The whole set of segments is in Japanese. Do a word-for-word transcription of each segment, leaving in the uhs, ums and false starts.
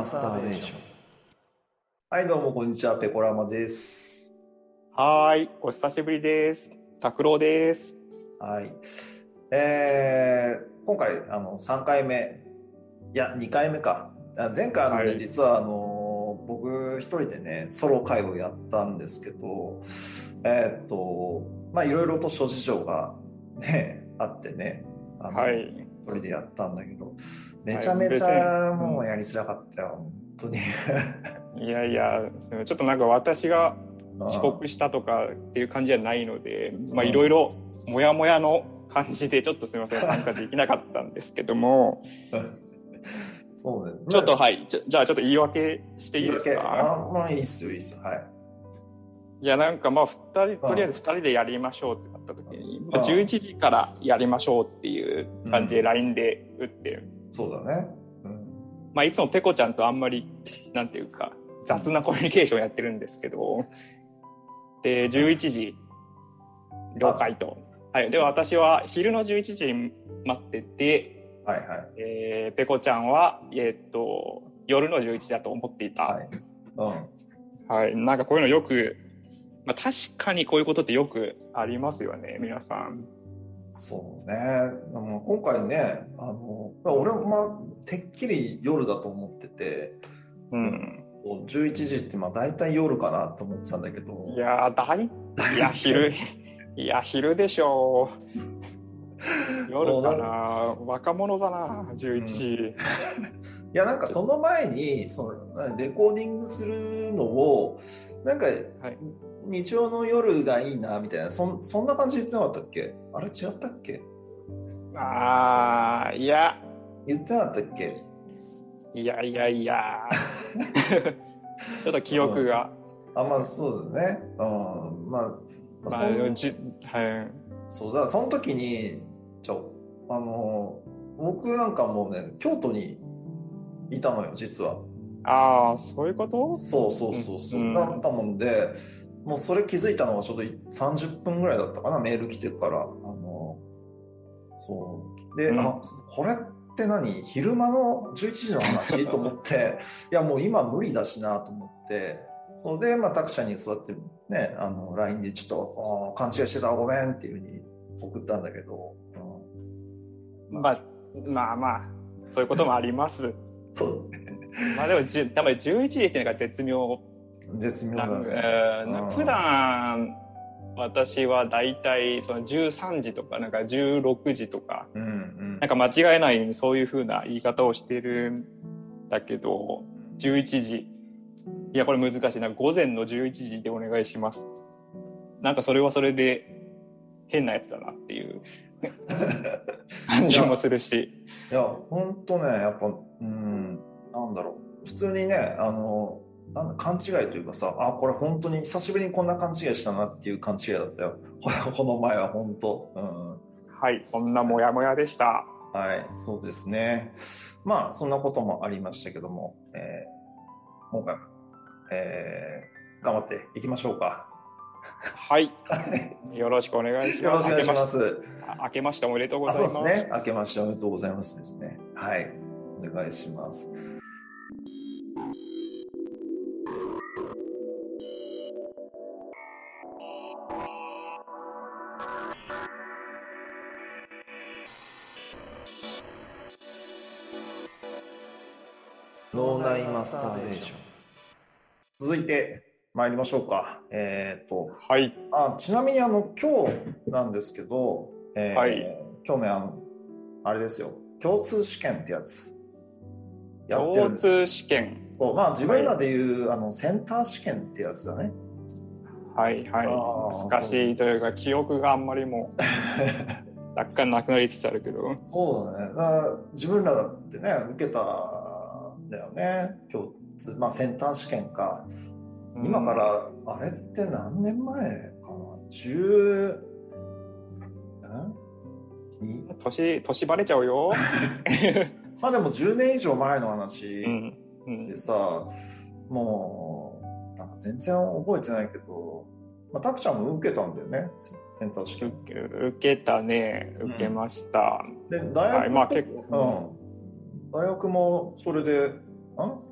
マスターベーション。はい、どうもこんにちは、ペコラマです。 はい、お久しぶりです。拓郎です。 はい、えー、今回あのさんかいめ、いやにかいめか。前回あのね、はい、実はあの僕一人でねソロ会をやったんですけど、えー、っとまあいろいろと諸事情がねあってね、あの、はい、一人でやったんだけど、めちゃめちゃもうやりづらかったよ、本当に。 いやいや、ちょっとなんか私が遅刻したとかっていう感じじゃないので、まあいろいろモヤモヤの感じでちょっとすみません参加できなかったんですけどもそうね、 ちょっとはいじゃ、じゃあちょっと言い訳していいですか？ あ、まあいいっすよいいっすよ、はい。 いやなんかまあふたりとりあえずふたりでやりましょうってなった時に、まあ、じゅういちじからやりましょうっていう感じで ライン で打って、 うん、そうだね、うん、 まあいつもペコちゃんとあんまりなんていうか雑なコミュニケーションやってるんですけど、でじゅういちじ了解と、はい、で私は昼のじゅういちじに待ってて、 はいはい、 えー、ペコちゃんは、えー、っと夜のじゅういちじだと思っていた、はい、うんはい、なんかこういうのよく、まあ、確かにこういうことってよくありますよね皆さん。 そうね、今回ねあの俺もまあてっきり夜だと思ってて、うんじゅういちじってまあ大体夜かなと思ってたんだけど、 いやだいいや昼いや昼でしょう夜かな、若者だなじゅういちじ、うん、いやなんかその前にそのレコーディングするのをなんか、はい、日曜の夜がいいなみたいな そ, そんな感じ言ってなかったっけ？あれ違ったっけ？ あーいや言ってなかったっけ？ いやいやいやちょっと記憶が、 うん、あまあそうだね、うん、まあ、まあ、そのじ、はい、そうだからその時にちょあの僕なんかもうね京都にいたのよ実は。 ああそういうこと？ そうそうそうそう、うん、だったもんでもうそれ気づいたのはちょうどさんじゅっぷんぐらいだったかな、メール来てから、あのそうで、うん、あこれって何昼間のじゅういちじの話と思っていやもう今無理だしなと思って、それでまあタクちゃんにそうやってねあの ライン でちょっとあ勘違いしてたごめんっていう風に送ったんだけど、 うん、まあまあまあそういうこともありますそうまあでもじ多分じゅういちじっていうのが絶妙絶妙だね、 えー、普段私はだいたいそのじゅうさんじとかなんかじゅうろくじとか、うんうん、なんか間違えないようにそういう風な言い方をしてるんだけど、じゅういちじいやこれ難しいな、午前のじゅういちじでお願いします、なんかそれはそれで変なやつだなっていう感じもするし、 いや本当ねやっぱうんなんだろう、普通にねあのなんだ勘違いというかさ、あこれ本当に久しぶりにこんな勘違いしたなっていう勘違いだったよこの前は本当、うん、 はいそんなモヤモヤでした。 はい、そうですね。まあそんなこともありましたけども、えー、今回も、えー、頑張っていきましょうか。 はいよろしくお願いします。 よろしくお願いします。 明けましておめでとうございます。 そうですね、明けましておめでとうございますですね。はい、お願いします。脳内マスターベーション。続いて参りましょうか。えっと、 はい。 あ、ちなみにあの今日なんですけど、えーはい、今日ねあのあれですよ、共通試験ってやつやってるんです。 共通試験。 そう、まあ自分らでいう、はい、あのセンター試験ってやつだね。 はいはい。難しいというか記憶があんまりもう若干なくなりつつあるけど。 そうだね。だから自分らだってね受けたんだよね。共通、まあセンター試験か。今からあれって何年前かな。十年年バレちゃうよ。 まあでもじゅうねん以上前の話でさ、うんうん、もうなんか全然覚えてないけど、まあ、タクちゃんも受けたんだよね、センター試験。 受け、受けたね、受けました。 うん、で大学、はい、まあ結構、うん、大学もそれで、あ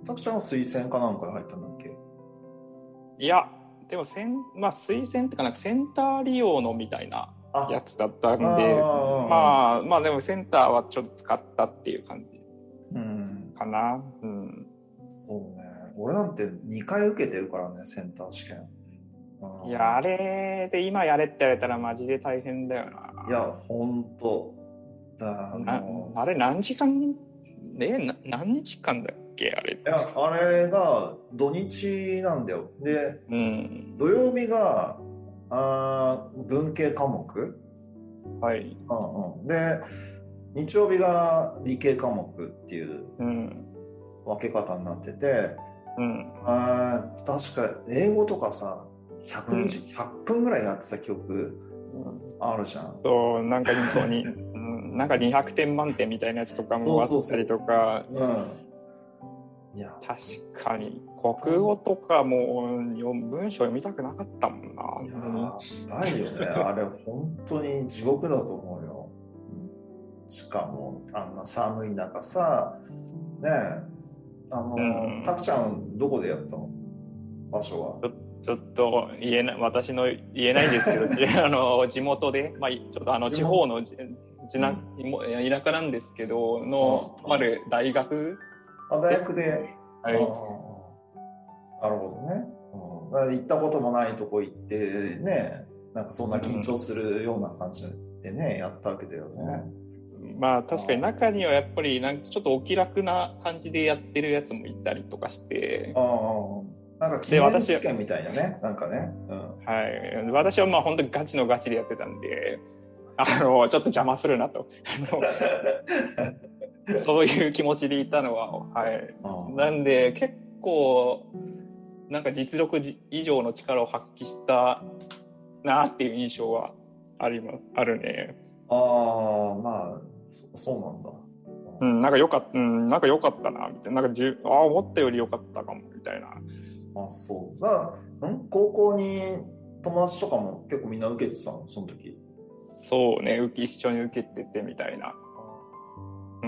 たくちゃんは推薦かなんかで入ったんだっけ？ いや、でもせん、まあ、推薦ってかなんかセンター利用のみたいなやつだったんで、まあまあでもセンターはちょっと使ったっていう感じかな。うん。うん、 そうね。俺なんてにかい受けてるからね、センター試験。 いや、あれで今やれって言われたらマジで大変だよな。 いや、ほんと。だなあれ何時間、え、な何日間だっけあれ。いや、あれが土日なんだよ。で、うん、土曜日があ文系科目。 はい。 うんうん、で、日曜日が理系科目っていう分け方になってて、うん、あ確か英語とかさ、ひゃくにじゅう、うん、ひゃっぷんぐらいやってた記憶あるじゃん。 そう、なんかそうに、うん、なんかにひゃくてん満点みたいなやつとかもあったりとか。 そうそうそう、うん、いや確かに国語とかも文章読みたくなかったもんな。 やばいよね。あれ本当に地獄だと思うよ。しかもあんな寒い中さ、ねえ、あの、うん、たくちゃんどこでやったの？場所は。 ちょっと言えない、私の言えないんですけどあの地元で、まあ、ちょっとあの地方の地な、うん、田舎なんですけどのある大学。 あ、大学で。はい。なるほどね。うん、行ったこともないとこ行ってね、なんかそんな緊張するような感じでね、うん、やったわけだよね。 まあ確かに中にはやっぱりなんかちょっとお気楽な感じでやってるやつもいたりとかして。 ああ。なんか記念試験みたいなね、なんかね、うん、 はい、私はまあ本当にガチのガチでやってたんで、あのちょっと邪魔するなとそういう気持ちでいたのは、はい、なんで結構なんか実力以上の力を発揮したなっていう印象はあります、あるね。 ああ、まあそうなんだ。 うん、なんか良かった、うん、なんか良かったなみたいな、なんかじゅああ思ったより良かったかもみたいな。 あ、そう。だん高校に友達とかも結構みんな受けてたの、その時。 そうね、一緒に受けててみたいな。うん。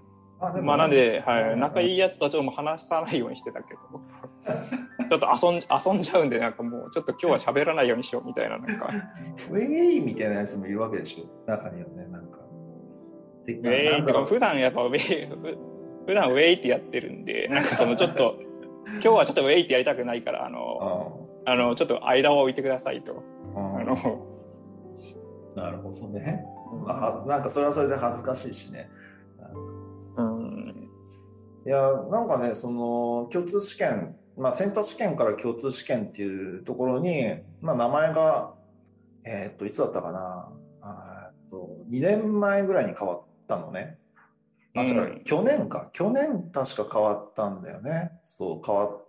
あ、でもまあなんで、はい、仲いいやつとはちょっともう話さないようにしてたけど、ちょっと遊ん遊んじゃうんで、なんかもうちょっと今日は喋らないようにしようみたいな、なんか。 ウェイみたいなやつもいるわけでしょ、中にはね、なんか。 ウェイってか、普段やっぱウェイ、普段ウェイってやってるんで、なんかそのちょっと、今日はちょっとウェイってやりたくないから、あの、あのちょっと間を置いてくださいと。あのなるほどね。まあ、なんかそれはそれで恥ずかしいしね。 うん、 いや、なんかね、その共通試験、まあ、センター試験から共通試験っていうところに、まあ、名前が、えー、っと、いつだったかな、あーとにねんまえぐらいに変わったのね。あ、違う、去年か。去年確か変わったんだよね。そう、変わって、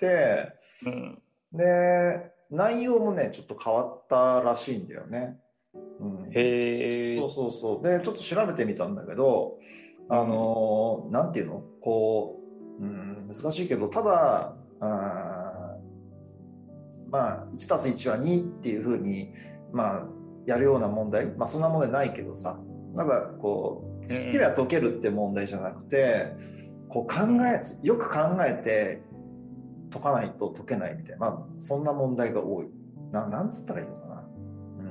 うん、で、内容もね、ちょっと変わったらしいんだよね。うん、 へー。 そうそうそう。で、ちょっと調べてみたんだけど、あの、うん、なんていうのこう、うん、難しいけど、ただ、あまあ、いちたすいちはにっていうふうに、まあ、やるような問題、まあ、そんな問題ないけどさ、なんかこう、きりゃ解けるって問題じゃなくて、こう考え、よく考えて解かないと解けないみたいな、まあ、そんな問題が多い。な、なんつったらいいのかな。うん。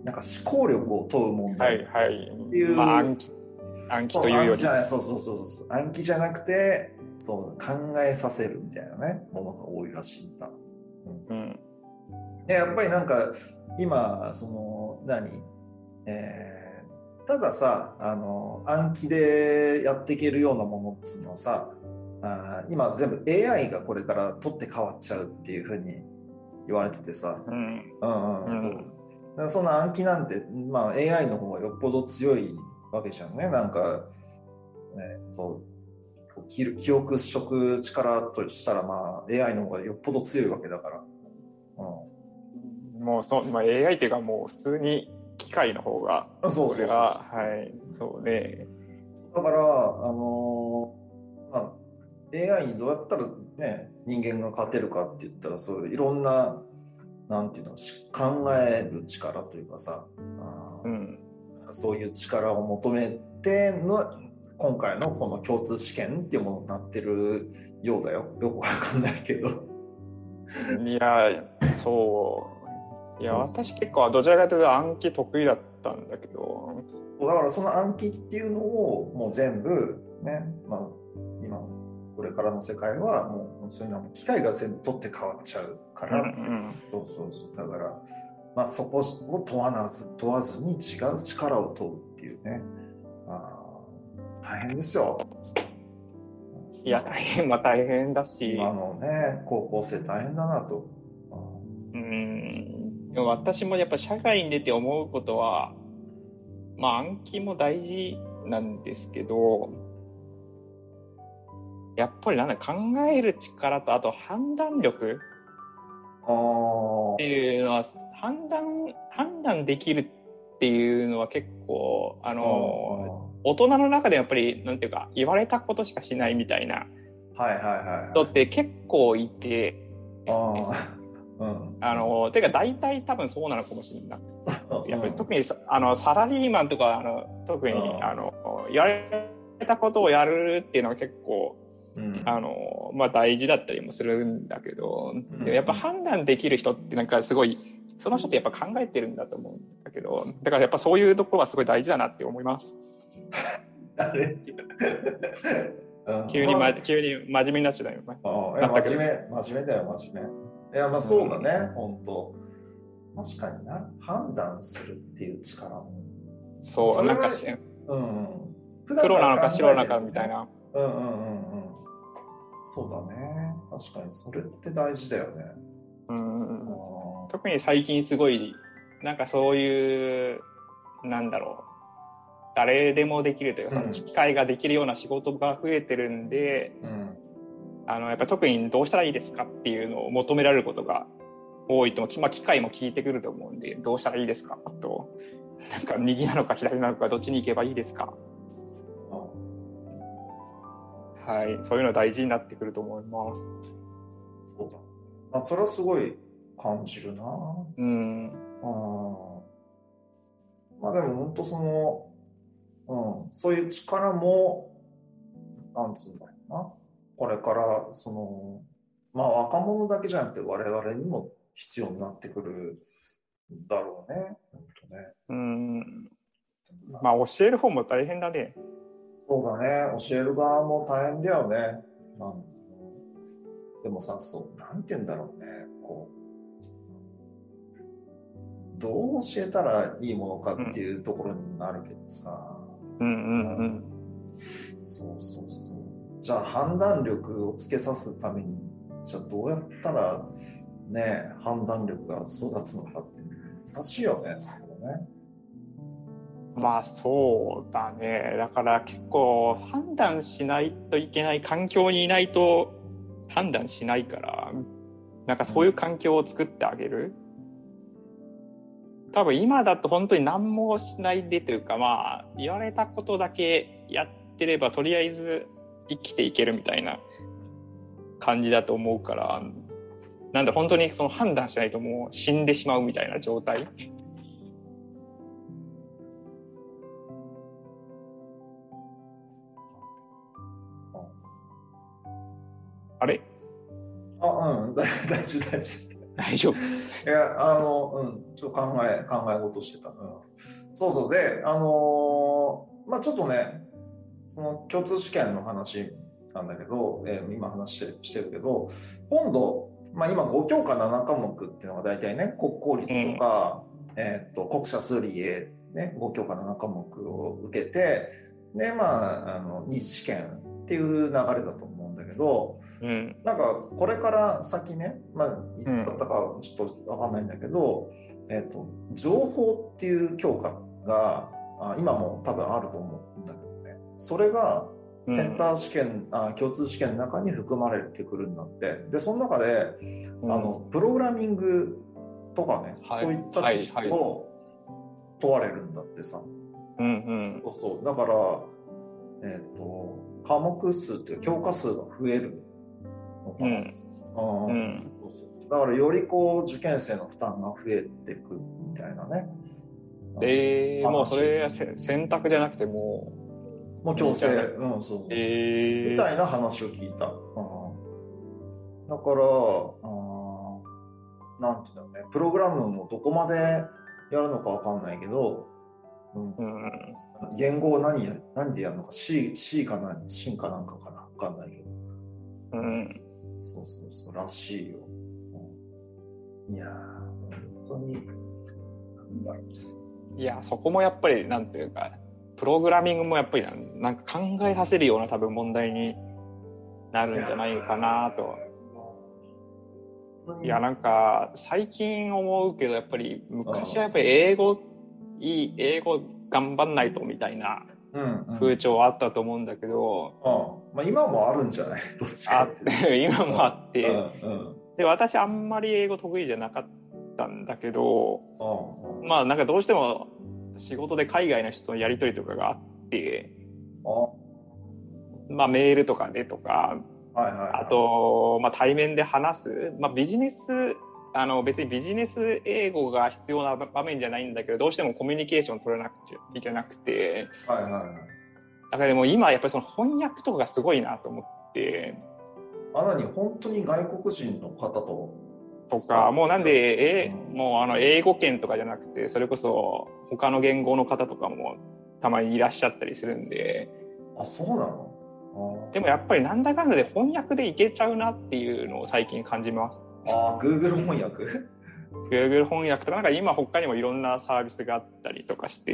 なんか思考力を問う問題っていう。 はいはい。まあ、暗記、暗記というより。 そうそうそうそうそう。暗記じゃなくて、そう、考えさせるみたいなね、ものが多いらしいんだ。うん。うん、で、やっぱりなんか、今、その、何、えー、たださ、あの、暗記でやっていけるようなものっていうのはさ、あ今全部 エーアイ がこれから取って変わっちゃうっていうふうに言われててさ、うん、うんうん、そう。だからそんな暗記なんて、まあ エーアイ の方がよっぽど強いわけじゃんね。なんか、ね、そう記、記憶取得力としたら、まあ エーアイ の方がよっぽど強いわけだから。 うん、もうそ、まあ、エーアイ っていうかもう普通に機械の方が、 そうそうそうそう。 はい、そうね。 だから、あのー、まあ、エーアイ にどうやったらね、人間が勝てるかって言ったら、そういういろんな、なんていうの、考える力というかさ、あ、うん、そういう力を求めての今回のこの共通試験っていうものになってるようだよ。よくわかんないけど。 いや、そう。いや、私結構どちらかというと暗記得意だったんだけど。 だからその暗記っていうのをもう全部ね、まあ今これからの世界はもうそういうのは機械が全部取って変わっちゃうから、うんうん、そうそうそう。だから、まあ、そこを問わなず問わずに違う力を問うっていうね。あ、大変ですよ。 いや、大変、まあ大変だし。 今のね、高校生大変だなと。 うん。でも私もやっぱ社会に出て思うことは、まあ暗記も大事なんですけど、やっぱりなんだ、考える力とあと判断力っていうのは、判断、判断できるっていうのは結構、あの、大人の中でやっぱり、なんていうか、言われたことしかしないみたいな人って結構いて、うん、あの、てか大体多分そうなのかもしれない。やっぱり特にあのサラリーマンとか、あの特にあのやれたことをやるっていうのは結構、うん、あのまあ大事だったりもするんだけど、うん、やっぱ判断できる人ってなんかすごい、その人ってやっぱ考えてるんだと思うんだけど、だからやっぱそういうところはすごい大事だなって思います。あれ急に、ま、急に真面目になっちゃうよ。 いや真面目、真面目だよ、真面目。いや、まあそうだね、うん、本当。確かにな、判断するっていう力も。 そう、なんかし、うん、黒なのか白なのかみたいな。 うんうんうんうん。そうだね。確かにそれって大事だよね。 うん。特に最近すごい、なんかそういう、なんだろう。誰でもできるというか、その機械ができるような仕事が増えてるんで、うん、あのやっぱ特にどうしたらいいですかっていうのを求められることが多いと、まあ、機械も聞いてくると思うんで、どうしたらいいですかと、なんか右なのか左なのかどっちに行けばいいですか、うん、はい、そういうの大事になってくると思います。 そうだ。あ、それはすごい感じるな。うん。あ、まあでも本当その、うん、そういう力も、なんつうんだろうな。これからその、まあ若者だけじゃなくて我々にも必要になってくるだろうね。本当ね。 うん。まあ教える方も大変だね。 そうだね。教える側も大変だよね。まあ、でもさ、そうなんて言うんだろうね。こうどう教えたらいいものかっていうところになるけどさ。 うんうんうん。 そうそうそう。じゃあ判断力をつけさすために、じゃあどうやったらね、判断力が育つのかって難しいよね、そこね。 まあそうだね。だから結構判断しないといけない環境にいないと判断しないから、なんかそういう環境を作ってあげる。うん、多分今だと本当に何もしないでというか、まあ言われたことだけやってればとりあえず生きていけるみたいな感じだと思うから、なんで本当にその判断しないともう死んでしまうみたいな状態。あれ？ あ、うん、大丈夫、大丈夫。 大丈夫。 いや、あの、うん、ちょっと考え、考え事してた。うん、そうそう。で、あのー、まあちょっとね、その共通試験の話なんだけど、えー、今話してる、してるけど、今度、まあ今ご教科なな科目っていうのが大体ね、国公立とか、うん、えー、っと、国社数理へね、ご教科なな科目を受けて、で、まあ、あの、二次試験っていう流れだと思うんだけど、うん、なんかこれから先ね、まあ、いつだったかちょっと分かんないんだけど、うん、えーと、情報っていう教科があ今も多分あると思うんだけどね、それがセンター試験、うん、あ共通試験の中に含まれてくるんだって。でその中で、うん、あのプログラミングとかね、はい、そういった知識を問われるんだってさ、うんうん、そうそうだから、えーと、科目数っていうか教科数が増えるのかな、うんうん、そうそうだからよりこう受験生の負担が増えていくみたいなね。 でもうそれは選択じゃなくてももう強制、うん、そう、えー、みたいな話を聞いた。うん、だから、あ、なんていうんだろうね、プログラムもどこまでやるのかわかんないけど、うんうん、言語を何や何でやるのか C, C かな C かなんかかなわかんないけど、 うん、 そうそうそうらしいよ。うん、いやー本当になんだろう。 いやそこもやっぱりなんていうかプログラミングもやっぱりなんか考えさせるような多分問題になるんじゃないかなと。いやなんか最近思うけどやっぱり昔はやっぱり英語いい英語頑張んないとみたいな風潮あったと思うんだけど、 うんうん、まあ、今もあるんじゃないどっちかってあ今もあって、うんうん、で私あんまり英語得意じゃなかったんだけど、うんうん、まあなんかどうしても仕事で海外の人のやり取りとかがあって、うん、まあメールとかでとか、はいはいはい、あと、まあ、対面で話す、まあ、ビジネスあの別にビジネス英語が必要な場面じゃないんだけどどうしてもコミュニケーション取らなくちゃいけなくて、はいはいはい、だからでも今やっぱりその翻訳とかがすごいなと思って。 あ、何本当に外国人の方ととかもうなんで、えもうあの英語圏とかじゃなくてそれこそ他の言語の方とかもたまにいらっしゃったりするんで。 あ、そうなの。 でもやっぱりなんだかんだで翻訳でいけちゃうなっていうのを最近感じます。 ああ、Google 翻訳 Google 翻訳とかなんか今他にもいろんなサービスがあったりとかして、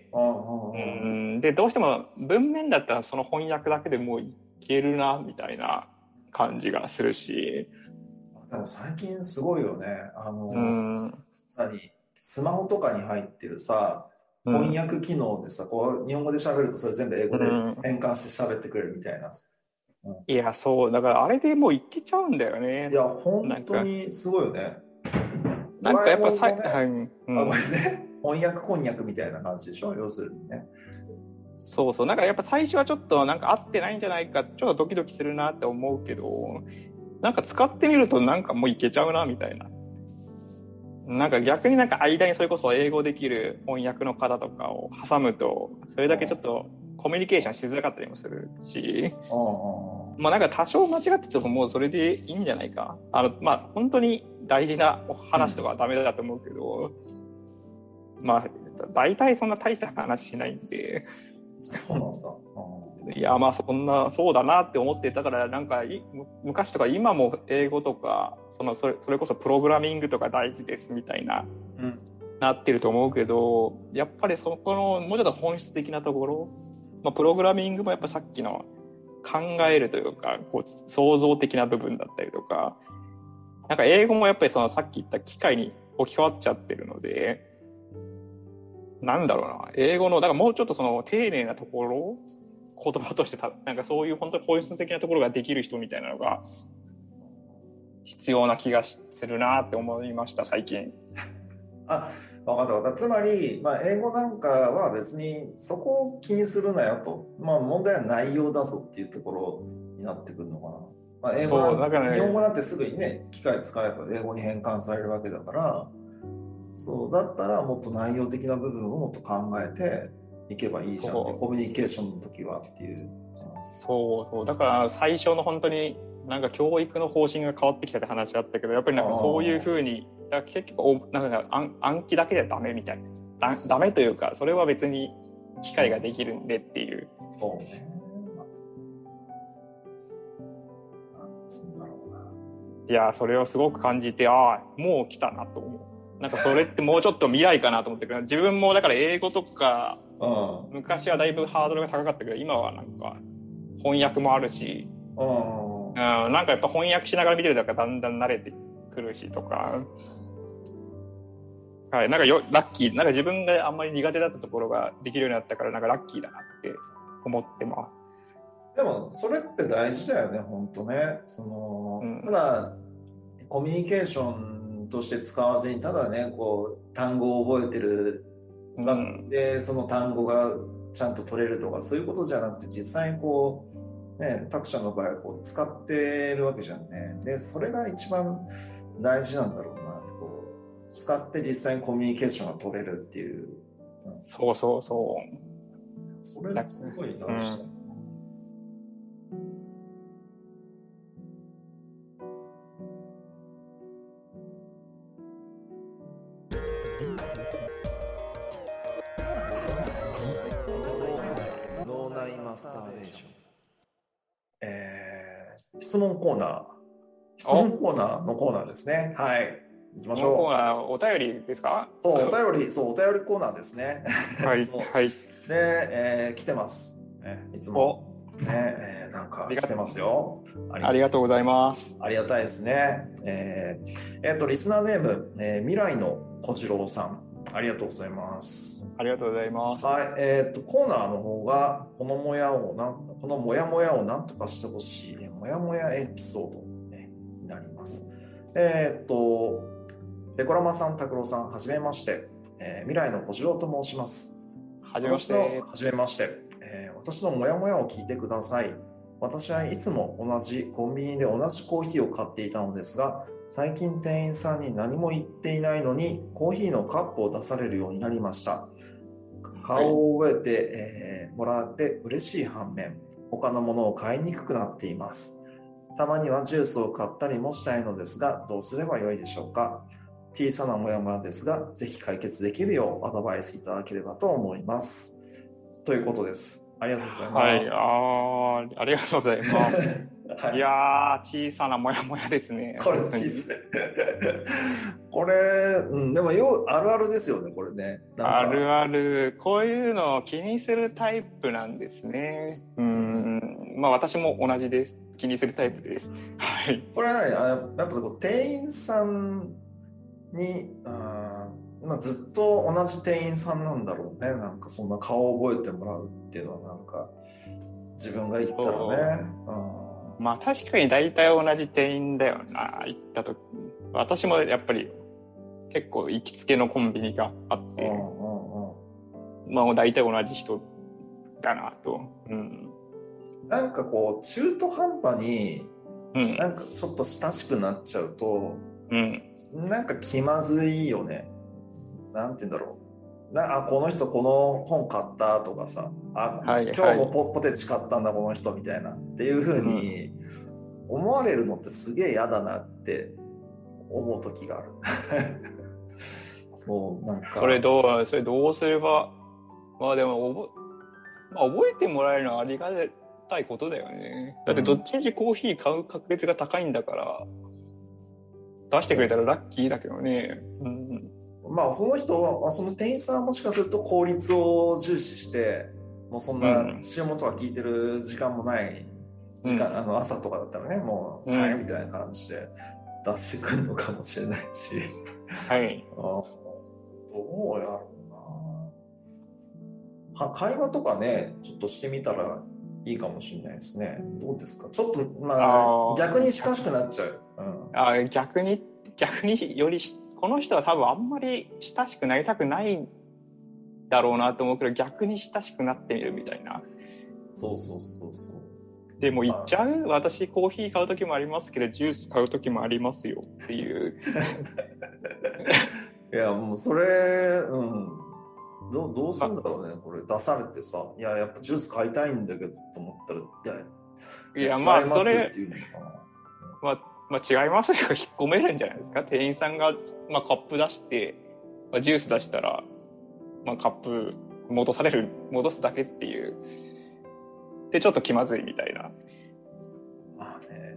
うんでどうしても文面だったらその翻訳だけでもういけるなみたいな感じがするし。 でも最近すごいよね。あの、何スマホとかに入ってるさ翻訳機能でさ、こう日本語で喋るとそれ全部英語で変換して喋ってくれるみたいな。 うん、いやそうだからあれでもういけちゃうんだよね。 いや本当にすごいよね。 なんかやっぱさ、ねはいうん、あこれね翻訳こんにゃくみたいな感じでしょ、要するにね。 そうそう、なんかやっぱ最初はちょっとなんか合ってないんじゃないかちょっとドキドキするなって思うけどなんか使ってみるとなんかもういけちゃうなみたいな。なんか逆になんか間にそれこそ英語できる翻訳の方とかを挟むとそれだけちょっとコミュニケーションしづらかったりもするし、まあなんか多少間違っててももうそれでいいんじゃないか。あのまあ本当に大事な話とかはダメだと思うけど、うん、まあ大体そんな大した話しないんで。 そうなんだ。 いやまあそんなそうだなって思ってたからなんかい昔とか今も英語とかそのそれそれこそプログラミングとか大事ですみたいな、うん、なってると思うけどやっぱりそこのもうちょっと本質的なところ、まあ、プログラミングもやっぱさっきの考えるというかこう創造的な部分だったりとかなんか英語もやっぱりそのさっき言った機械に置き換わっちゃってるのでなんだろうな英語のだからもうちょっとその丁寧なところ言葉としてたなんかそういう本当に本質的なところができる人みたいなのが必要な気がするなって思いました最近。 あ、分かった分かった。つまり、まあ、英語なんかは別にそこを気にするなよと、まあ、問題は内容だぞっていうところになってくるのかな。まあ、英語はそうだから、ね、日本語なんてすぐにね機械使えば英語に変換されるわけだからそうだったらもっと内容的な部分をもっと考えていけばいいじゃんってコミュニケーションの時はっていう、うん、 そうそうだから最初の本当になんか教育の方針が変わってきたって話あったけどやっぱりなんかそういうふうにだ結局なんか暗暗記だけではダメみたいな だ, ダメというかそれは別に機械ができるんでっていう、うん、そうねいやそれをすごく感じてああもう来たなと思う。なんかそれってもうちょっと未来かなと思ってる自分もだから英語とか昔はだいぶハードルが高かったけど今はなんか翻訳もあるし、うん、なんかやっぱ翻訳しながら見てるとだんだん慣れてくるしとか、はい、なんかよラッキーなんか自分があんまり苦手だったところができるようになったからなんかラッキーだなって思ってます。 でもそれって大事だよね本当ね。その、うん、ただコミュニケーションとして使わずにただねこう単語を覚えてる、うん、でその単語がちゃんと取れるとかそういうことじゃなくて実際にこうねタクちゃんの場合はこう使ってるわけじゃんね。でそれが一番大事なんだろうなってこう使って実際にコミュニケーションが取れるっていう、 うん、そうそうそうそれすごい大事だ。脳内マスターベーション。えー、質問コーナー。質問コーナーのコーナーですね。はい。行きましょう。 コーナー、お便りですか？ そう、お便り、そう、お便りコーナーですね。 はい。はい。 で、えー、来てます。ね、いつも。ね、えー、なんか来てますよ。 ありがとうございます。 ありがたいですね。えー、えー、と、リスナーネーム、えー、未来の小次郎さん。ありがとうございます。 ありがとうございます。 はい、えっと、コーナーの方が、このもやをなん、このもやもやをなんとかしてほしい、もやもやエピソード、ね、になります。えっと、ペコラマさん、拓郎さん、はじめまして、えー、未来の小次郎と申します。 はじめまして。 はじめまして、えー。私のモヤモヤを聞いてください。私はいつも同じコンビニで同じコーヒーを買っていたのですが、最近店員さんに何も言っていないのにコーヒーのカップを出されるようになりました。顔を覚えて、はいえー、もらって嬉しい反面、他のものを買いにくくなっています。たまにはジュースを買ったりもしたいのですが、どうすればよいでしょうか。小さなモヤモヤですが、ぜひ解決できるようアドバイスいただければと思います。ということです。ありがとうございます。はい、 ああ、ありがとうございます。はい、いやー、小さなモヤモヤですね。 これ小さい。これ、うん、でもよあるあるですよね、これね。 あるある。こういうのを気にするタイプなんですね。うん、まあ私も同じです。気にするタイプです。はい。 これはね、やっぱこう店員さんに、あまあ、ずっと同じ店員さんなんだろうね。なんかそんな顔を覚えてもらうっていうのはなんか自分が言ったらね。 うん、まあ確かに大体同じ店員だよな、行った時に。私もやっぱり結構行きつけのコンビニがあって、うんうんうん、まあ大体同じ人だなと。うん、 なんかこう中途半端に、うん、なんかちょっと親しくなっちゃうと、うんなんか気まずいよね。なんて言うんだろう。なあ、この人この本買ったとかさ、あ、はいはい、今日も ポ, ポテチ買ったんだこの人みたいなっていう風に思われるのってすげえ嫌だなって思う時がある。そうなんか。 それどうそれどうすれば、まあでも覚、まあ、覚えてもらえるのはありがたいことだよね。だってどっちみちコーヒー買う確率が高いんだから。出してくれたらラッキーだけどね。うん、 まあその人はその店員さんはもしかすると効率を重視してもうそんな注文とか聞いてる時間もない時間、うん、あの朝とかだったらねもう、うん、はいみたいな感じで出してくるのかもしれないしはいあどうやろうなは会話とかねちょっとしてみたらいいかもしれないですね。どうですか。ちょっとまあ逆に親しくなっちゃう。うん、 あ逆に逆によりこの人は多分あんまり親しくなりたくないだろうなと思うけど逆に親しくなってみるみたいな。 そうそうそうそう。 でも言っちゃう、まあ、私コーヒー買う時もありますけどジュース買う時もありますよっていう。 いやもうそれうんどう、どうするんだろうね、これ出されてさ、いややっぱジュース買いたいんだけどと思ったらいやいやまあそれまあまあ違いますよ引っ込めるんじゃないですか。店員さんが、まあ、カップ出して、まあ、ジュース出したら、まあ、カップ戻される戻すだけっていうでちょっと気まずいみたいな。 まあね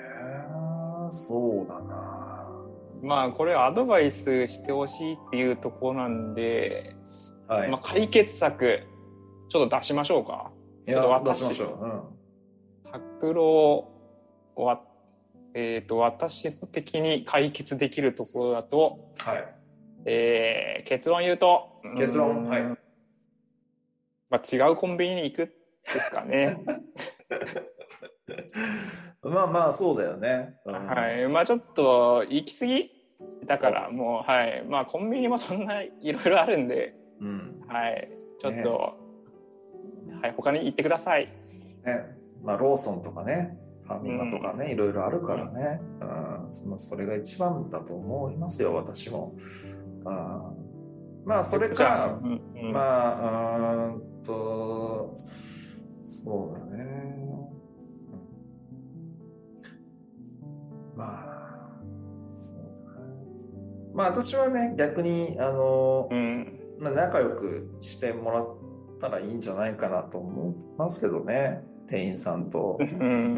そうだな。 まあこれアドバイスしてほしいっていうところなんで、はいまあ、解決策ちょっと出しましょうか。 いやちょっと出しましょう。拓郎はえーと、私的に解決できるところだと、はいえー、結論言うと結論はい、 まあ、違うコンビニに行くですかね。 まあまあそうだよね、 うん、はいまあちょっと行き過ぎだからもうはいまあコンビニもそんないろいろあるんで、うん、はいちょっと、ねはい、他に行ってください、 ねまあ、ローソンとかねファミマとかね、うん、いろいろあるからね、うん、そのそれが一番だと思いますよ私も。あまあそれか、うんうん、まあうんとまあ私はね逆にあの、 うんまあ、仲良くしてもらったらいいんじゃないかなと思いますけどね、店員さんと。 うん、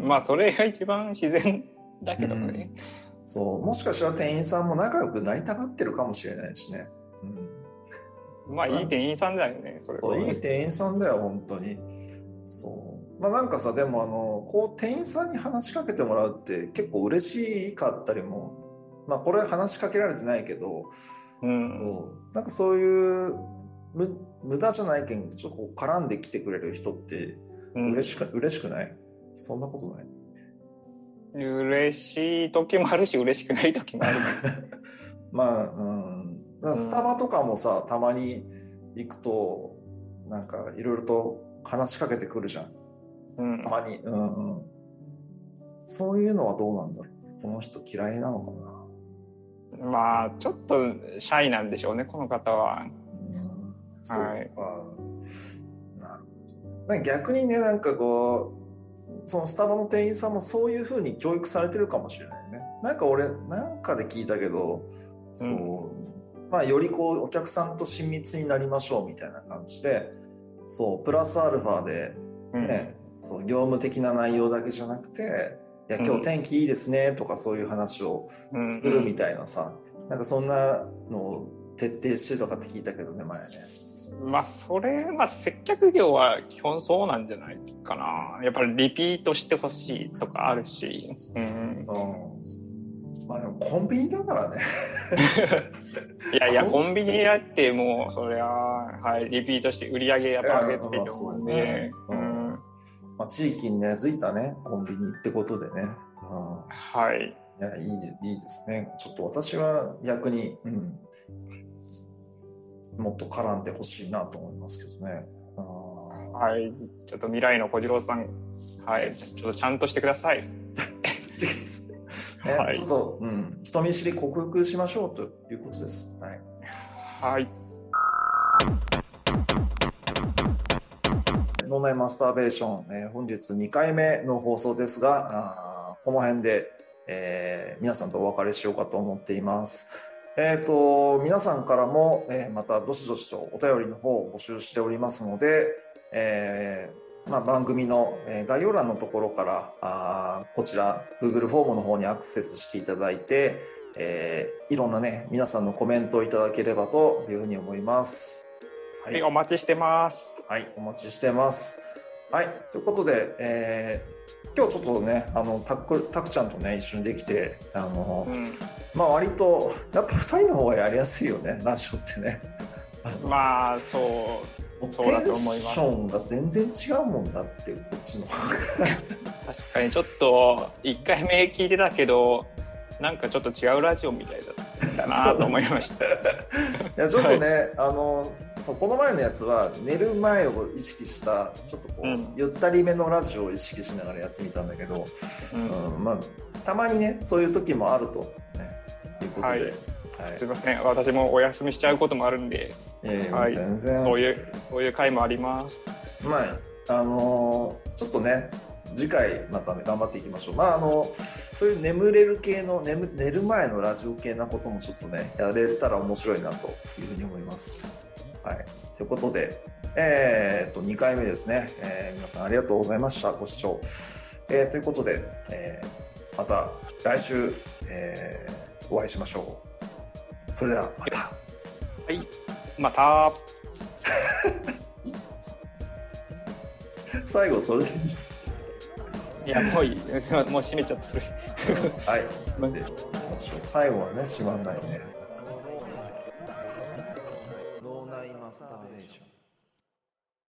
まあそれが一番自然だけどね、 うん、そうもしかしたら店員さんも仲良くなりたがってるかもしれないしね。 うん、まあいい店員さんだよね、それは。 そういい店員さんだよ本当に。そうまあなんかさ、でもあのこう店員さんに話しかけてもらうって結構嬉しかったりも、まあこれ話しかけられてないけど、 うん、 そうなんかそういう無無駄じゃないけんちょっとこう絡んできてくれる人って嬉しく、うん、嬉しくない？そんなことない？ 嬉しい時もあるし嬉しくない時もあるまあ、うん、だスタバとかもさ、たまに行くとなんかいろいろと話しかけてくるじゃん、うん、たまに、うんうん、そういうのはどうなんだろう、この人嫌いなのかな。まあちょっとシャイなんでしょうね、この方は。 うん、そうか、はい、なるほど。逆にね、なんかこうそのスタバの店員さんもそういう風に教育されてるかもしれないね。なんか俺なんかで聞いたけど、そう、うん、まあよりこうお客さんと親密になりましょうみたいな感じで、そうプラスアルファでね、うん、そう業務的な内容だけじゃなくて、いや今日天気いいですねとかそういう話をするみたいなさ、うんうん、なんかそんなのを徹底してるとかって聞いたけどね、前ね。 まあそれ、まあ、接客業は基本そうなんじゃないかな。やっぱりリピートしてほしいとかあるし、うん、うん、 まあでもコンビニだからねいやいやコンビニやってもうそれは、はい、リピートして売り上げやっぱ上げてると思うんで、 うん、まあ、地域に根付いたねコンビニってことでね、うん、 はい、 いやいい、いいですね。ちょっと私は逆に、うん、もっと絡んでほしいなと思いますけどね。 はい、ちょっと未来の小次郎さん、はい、ちょっとちゃんとしてください。 ね、はい、ちょっと、うん、人見知り克服しましょうということです。はい。 はい。 脳内マスターベーション、えー、本日にかいめの放送ですが、あこの辺で、えー、皆さんとお別れしようかと思っています。えーと、皆さんからも、えー、またどしどしとお便りの方を募集しておりますので、えーまあ、番組の概要欄のところからあこちら Google フォームの方にアクセスしていただいて、えー、いろんなね皆さんのコメントをいただければというふうに思います。 はい、はい、お待ちしてます。 はい、お待ちしてます。はい、ということで、えー、今日ちょっとねあのたくたくちゃんとね一緒にできてあの、うん、まあ割とやっぱふたりの方がやりやすいよねラジオってね。 まあそうそうだと思います。 テンションが全然違うもんだってこっちの確かにちょっといっかいめ聞いてたけどなんかちょっと違うラジオみたいだったなと思いましたいやちょっとね、はい、あのそうこの前のやつは寝る前を意識したちょっとこう、うん、ゆったりめのラジオを意識しながらやってみたんだけど、うんうんまあ、たまにねそういう時もあると、ね、いうことで、はいはい、すいません私もお休みしちゃうこともあるんで、 えーはい、全然そういうそういう回もあります。 まああのー、ちょっとね次回またね頑張っていきましょう。まああのそういう眠れる系の 寝, 寝る前のラジオ系なこともちょっとねやれたら面白いなというふうに思います。はい、ということで、えー、っとにかいめですね、えー、皆さんありがとうございましたご視聴、えー、ということで、えー、また来週、えー、お会いしましょう。それではまた。 はい、また。 最後それでいい。 いやもういい。もう閉めちゃったそれ。 はい。最後はね閉まんないね。